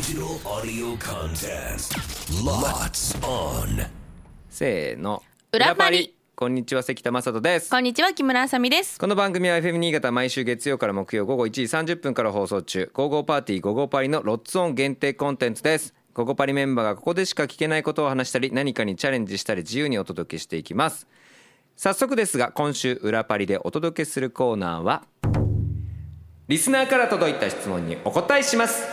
Digital audio contest. Lots on. せーの、 裏パリ。 こんにちは、関田正人です。 こんにちは、木村あさみです。 この番組は FM 新潟毎週月曜から木曜午後1時30分から放送中、ゴーゴーパーティーゴーゴーパリのロッツオン限定コンテンツです。ゴーゴーパリメンバーがここでしか聞けないことを話したり、何かにチャレンジしたり自由にお届けしていきます。早速ですが、今週裏パリでお届けするコーナーはリスナーから届いた質問にお答えします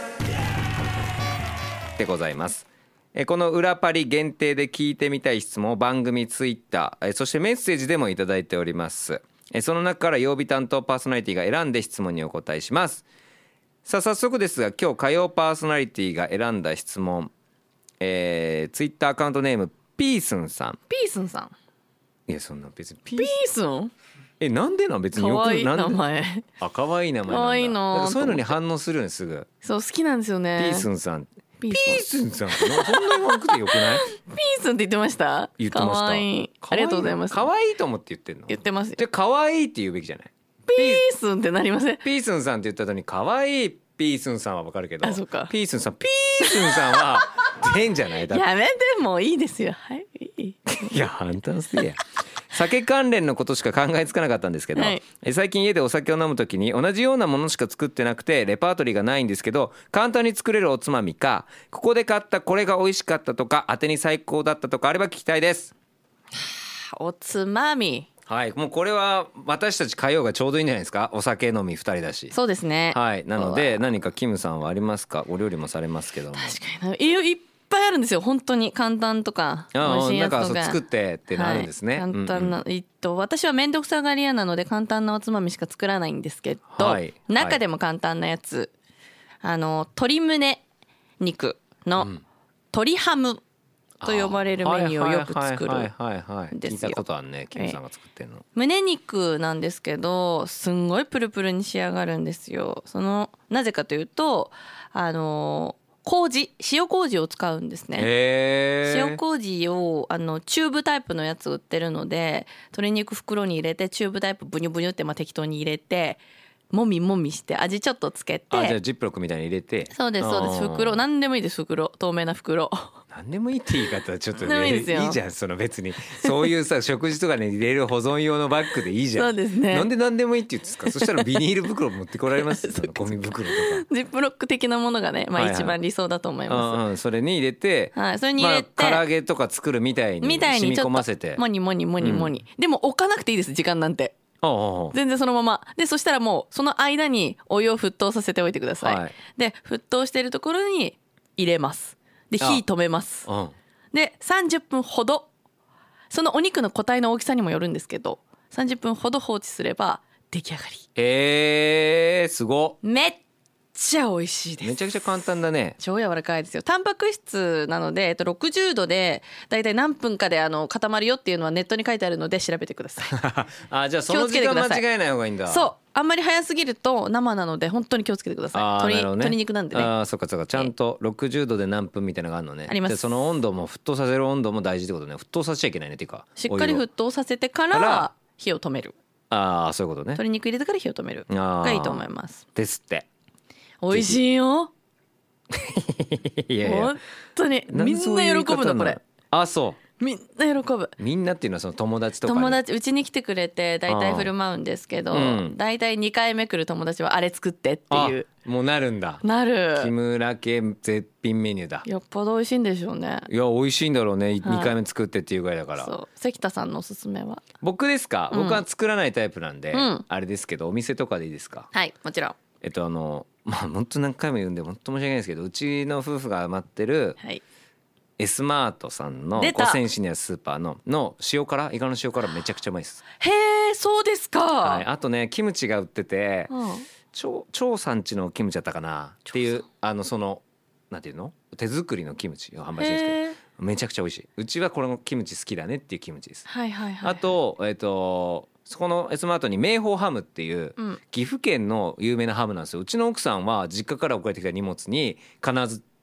でございます。この裏パリ限定で聞いてみたい質問を番組ツイッター、そしてメッセージでもいただいております。その中から曜日担当パーソナリティが選んで質問にお答えします。さあ早速ですが、今日火曜パーソナリティが選んだ質問、ツイッターアカウントネームピースンさん。 ピースンさん。 いや、そんな別にピースン？ なんでなん別によくかわいいなんで名前。 可愛い名前なんだ。 可愛いな。 なんかそういうのに反応するよね、すぐ。 そう好きなんですよね。 ピースンさん。 ピピースンさんってそんなに悪くてよくない？ ピースンって言ってました？ 言ってました。 可愛い。ありがとうございます。 可愛いと思って言ってんの？ 言ってますよ。 じゃあ可愛いって言うべきじゃない？ ピースンってなりません？ ピースンさんって言った後に可愛いピースンさんはわかるけど、 あ、そうか。 ピースンさんさんは変じゃない？だってやめてもういいですよ。はい。 いや、あんたのせいや。酒関連のことしか考えつかなかったんですけど、 はい、 最近家でお酒を飲むときに同じようなものしか作ってなくてレパートリーがないんですけど、簡単に作れるおつまみか、ここで買ったこれが美味しかったとか、当てに最高だったとかあれば聞きたいです。 おつまみ。 はい、もうこれは私たち火曜がちょうどいいんじゃないですか。お酒飲み2人だし。 そうですね。 はい、なので何かキムさんはありますか？お料理もされますけども。 確かにいっぱいあるんですよ。本当に簡単とか美味しいやつとか。 なんか作ってってなるんですね。 はい、簡単な、私は面倒くさがり屋なので簡単なおつまみしか作らないんですけど、 はい中でも簡単なやつ、鶏胸肉の鶏ハムと呼ばれるメニューをよく作るんですよ。 聞いたことあるね、キムさんが作ってるの。 胸肉なんですけど、すんごいプルプルに仕上がるんですよ。なぜかというと塩麹を使うんですね。塩麹をチューブタイプのやつ売ってるので、鶏肉袋に入れてチューブタイプブニュブニュって適当に入れてもみもみして味ちょっとつけて、 じゃあジップロックみたいに入れて。 そうですそうです。袋何でもいいです。透明な袋何でもいいって言い方はちょっといいじゃん。別にそういうさ食事とかに入れる保存用のバッグでいいじゃん。 そうですね。 なんで何でもいいって言うんですか？そしたらビニール袋持ってこられますそのゴミ袋とか。 ジップロック的なものがね、一番理想だと思います。 それに入れて、 それに入れて、 唐揚げとか作るみたいに染み込ませて、 モニモニモニモニ、でも置かなくていいです。時間なんて全然そのままで、そしたらもうその間にお湯を沸騰させておいてください。で沸騰しているところに入れます。で火止めます。で30分ほど、そのお肉の個体の大きさにもよるんですけど、30分ほど放置すれば出来上がり。 すごっ。 めっちゃ美味しいです。 めちゃくちゃ簡単だね。 超柔らかいですよ。タンパク質なので、60度でだいたい何分かで固まるよっていうのはネットに書いてあるので調べてください。 じゃあその時間間違えない方がいいんだ。 そう、あんまり早すぎると生なので本当に気をつけてください。鶏肉なんでね。 そうかちゃんと60度で何分みたいなのがあるのね。 あります。 でその温度も沸騰させる温度も大事ってことね。沸騰させちゃいけないねっていうか、 しっかり沸騰させてから火を止める。 そういうことね。 鶏肉入れてから火を止めるがいいと思いますですって。 美味しいよいや本当にみんな喜ぶのこれ。そうみんな喜ぶ。 みんなっていうのはその友達とか、 友達うちに来てくれて大体振る舞うんですけど、大体2回目来る友達はあれ作ってっていう。 もうなるんだ。 なる。 木村家絶品メニューだ。 よっぽど美味しいんでしょうね。 いや美味しいんだろうね、2回目作ってっていうぐらいだから。 そう。関田さんのおすすめは？ 僕ですか？僕は作らないタイプなんで、あれですけど、お店とかでいいですか？ はい、もちろん。 本当何回も言うんで本当申し訳ないですけど、うちの夫婦が待ってる、エスマートさんの五泉市にあるスーパーの塩辛、イカの塩辛めちゃくちゃうまいです。 へえ、そうですか。 あとね、キムチが売ってて、超産地のキムチだったかなっていう、なんていうの、手作りのキムチを販売してるんですけど、めちゃくちゃ美味しい。うちはこのキムチ好きだねっていうキムチです。あとそこのエスマートに明宝ハムっていう、岐阜県の有名なハムなんですよ。うちの奥さんは実家から送られてきた荷物に必ず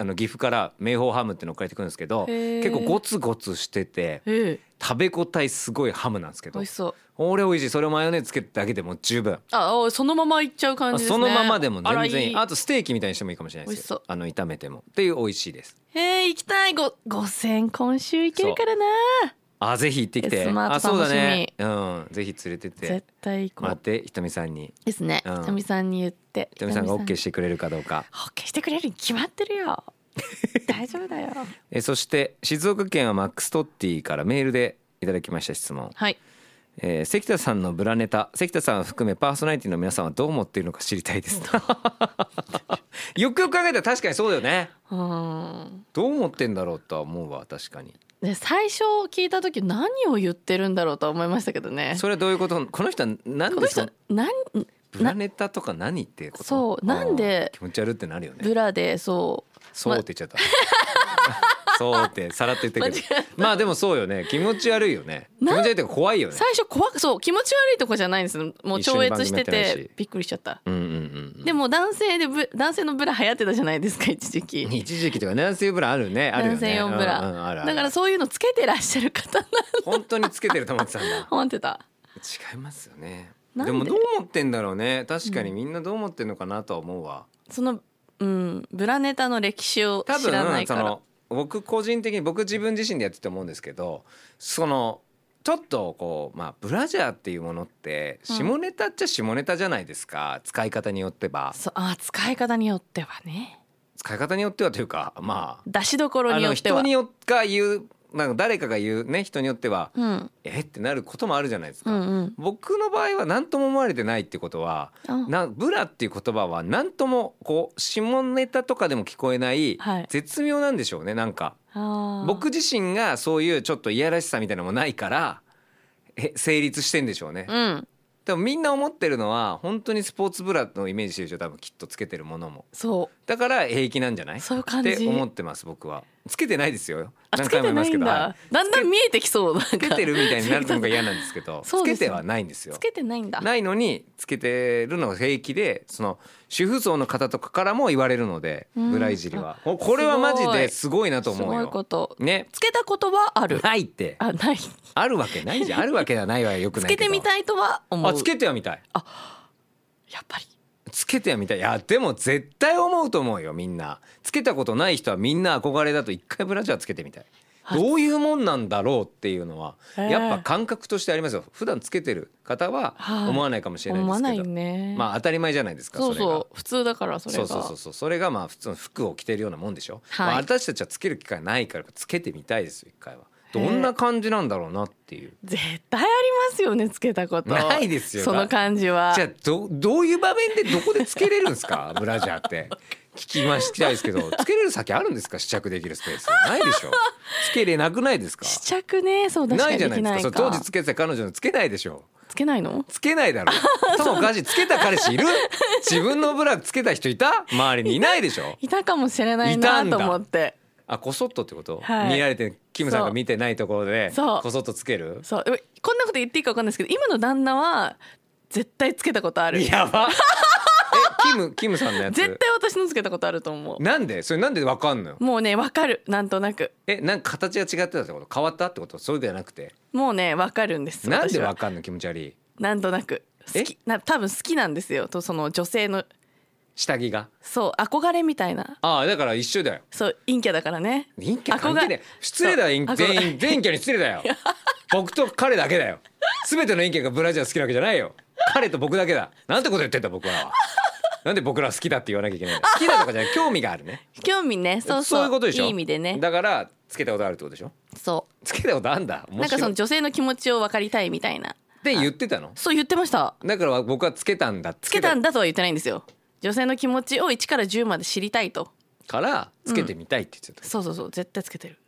岐阜から明宝ハムっていうのを借りてくるんですけど、結構ゴツゴツしてて食べ応えすごいハムなんですけど、 美味しそう。 俺美味しい。それをマヨネーズつけてだけでも十分。 そのままいっちゃう感じですね。 そのままでも全然いい。 いい。 あとステーキみたいにしてもいいかもしれないですよ。炒めてもっていう美味しいです。 行きたい。5000今週行けるからな。 ぜひ行ってきて。 スマートそうだ楽しみ。 ね。ぜひ連れてって絶対行こう。 待ってひとみさんにですね。ひとみさんに言って。 ひとみさんが OK してくれるかどうか。 OK してくれるに決まってるよ。大丈夫だよ。 そして静岡県はマックストッティからメールでいただきました質問。 はい。 関田さんのブラネタ、関田さんを含めパーソナリティの皆さんはどう思っているのか知りたいですよくよく考えたら確かにそうだよね。どう思ってんだろうとは思うわ。確かに。 で最初聞いた時何を言ってるんだろうとは思いましたけどね。 それはどういうこと？この人は何ですか？ブラネタとか何ってこと？ そうなんで気持ち悪いってなるよね。 ブラでそうって言っちゃったそうってさらって言ったけどまあでもそうよね。気持ち悪いよね。気持ち悪いって怖いよね。 最初そう気持ち悪いとこじゃないんです。もう超越しててびっくりしちゃった。でも男性のブラ流行ってたじゃないですか一時期。 一時期とか男性ブラあるね。あるよね。 男性用ブラ、だからそういうのつけてらっしゃる方なの。 本当につけてると思ってたんだ。 思ってた。 違いますよね。でもどう思ってんだろうね。確かにみんなどう思ってんのかなとは思うわ。 ブラネタの歴史を知らないから。多分僕個人的に自分自身でやってて思うんですけど、ちょっとブラジャーっていうものって下ネタっちゃ下ネタじゃないですか、使い方によっては。 使い方によってはね。 使い方によってはというか出しどころによっては人によって言う誰かが言うね、人によっては、ってなることもあるじゃないですか。僕の場合は何とも思われてないってことは、ブラっていう言葉は何とも下ネタとかでも聞こえない絶妙なんでしょうね。なんか僕自身がそういうちょっといやらしさみたいなのもないから成立してんでしょうね。でもみんな思ってるのは本当にスポーツブラのイメージしてるでしょ。多分きっとつけてるものもだから平気なんじゃないって思ってます。僕はつけてないですよ。何回も言いますけど、だんだん見えてきそう。 つけてるみたいになるのが嫌なんですけどつけてはないんですよ。 つけてないんだ。 ないのにつけてるのが平気で、主婦層の方とかからも言われるので、ブラいじりはこれはマジですごいなと思うよ。 すごいことね。 つけたことはある？ ないって。 ない。 あるわけないじゃん。あるわけはないわよくないけど。 つけてみたいとは思う。 つけてはみたい。 やっぱりつけてはみたい。いやでも絶対思うと思うよ。みんなつけたことない人はみんな憧れだと一回ブラジャーつけてみたい。どういうもんなんだろうっていうのはやっぱ感覚としてありますよ。普段つけてる方は思わないかもしれないですけど、 思わないね。 当たり前じゃないですか。 そう普通だから。それがそれが普通の服を着てるようなもんでしょ。私たちはつける機会ないからつけてみたいですよ。一回はどんな感じなんだろうなっていう。 絶対ありますよね。つけたことないですよ。 その感じは。 じゃあどういう場面でどこでつけれるんですかブラジャーって聞きたいですけど、つけれる先あるんですか？試着できるスペースないでしょ。つけれなくないですか？ 試着ね。そう確かにできないか。 ないじゃないですか。当時つけてた彼女のつけないでしょ。 つけないの？ つけないだろ。そうおかしい。つけた彼氏いる？自分のブラつけた人いた？周りにいないでしょ。 いたかもしれないなと思って。 こそっとってこと？見られてキムさんが見てないところでこそっとつける？ そうこんなこと言っていいか分かんないですけど、今の旦那は絶対つけたことある。 やば。キムさんのやつ絶対私のつけたことあると思う。 なんでそれなんでわかんのよ。 もうね分かる。なんとなくなんか形が違ってたってこと？変わったってこと？それではなくてもうね分かるんです。 なんでわかんの？気持ち悪い。 なんとなく多分好きなんですよ。とその女性の下着が憧れみたいな。 だから一緒だよ。 陰キャだからね。 陰キャ関係ね。失礼だよ。全陰キャに失礼だよ。僕と彼だけだよ。全ての陰キャがブラジャー好きなわけじゃないよ。彼と僕だけだ。なんてこと言ってんだ僕らは。なんで僕ら好きだって言わなきゃいけないの？好きだとかじゃない。興味があるね。 興味ね。 そういうことでしょ。 いい意味でね。 だからつけたことあるってことでしょ。つけたことあんだ。 なんかその女性の気持ちを分かりたいみたいなって言ってたの？ そう言ってました。 だから僕はつけたんだ。 つけたんだとは言ってないんですよ。女性の気持ちを1から10まで知りたいと。 からつけてみたいって言ってた。 そう絶対つけてる。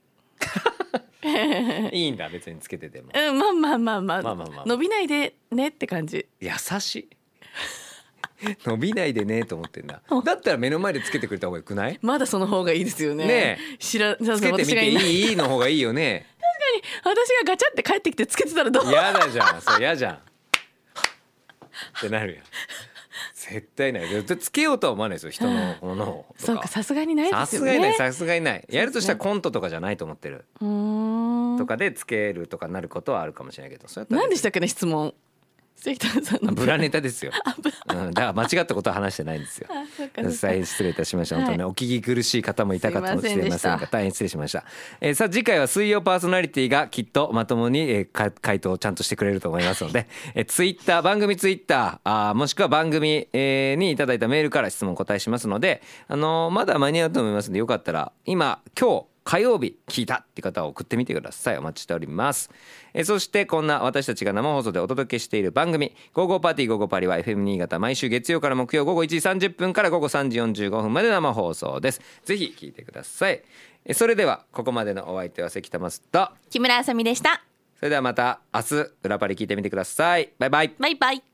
いいんだ別につけてても。 まあ伸びないでねって感じ。 優しい。伸びないでねと思ってんだ。だったら目の前でつけてくれた方がよくない？ まだその方がいいですよね。 ねえつけてみていいの方がいいよね。 確かに私がガチャって帰ってきてつけてたらどう？ 嫌だじゃん。そう嫌じゃんってなるやん。 絶対ない。つけようとは思わないですよ、人のものをとか。 そうか、さすがにないですよね。 さすがにない、さすがにない。やるとしたらコントとかじゃないと思ってる。とかでつけるとかなることはあるかもしれないけど、そうやったら何でしたっけね、質問。関田さんのブラネタですよ。だから間違ったことは話してないんですよ。大変失礼いたしました。本当にね、お聞き苦しい方もいたかもしれませんが、大変失礼しました。さあ次回は水曜パーソナリティがきっとまともに、回答をちゃんとしてくれると思いますので、ツイッター、番組ツイッターもしくは番組、にいただいたメールから質問お答えしますので、まだ間に合うと思いますので、よかったら今日火曜日聞いたって方は送ってみてください。お待ちしております。そしてこんな私たちが生放送でお届けしている番組ゴーゴーパーティーゴーゴーパリは FM 新潟毎週月曜から木曜午後1時30分から午後3時45分まで生放送です。ぜひ聞いてください。それではここまでのお相手は関田マスと木村あさみでした。 それではまた明日裏パリ聞いてみてください。バイバイ。 バイバイ。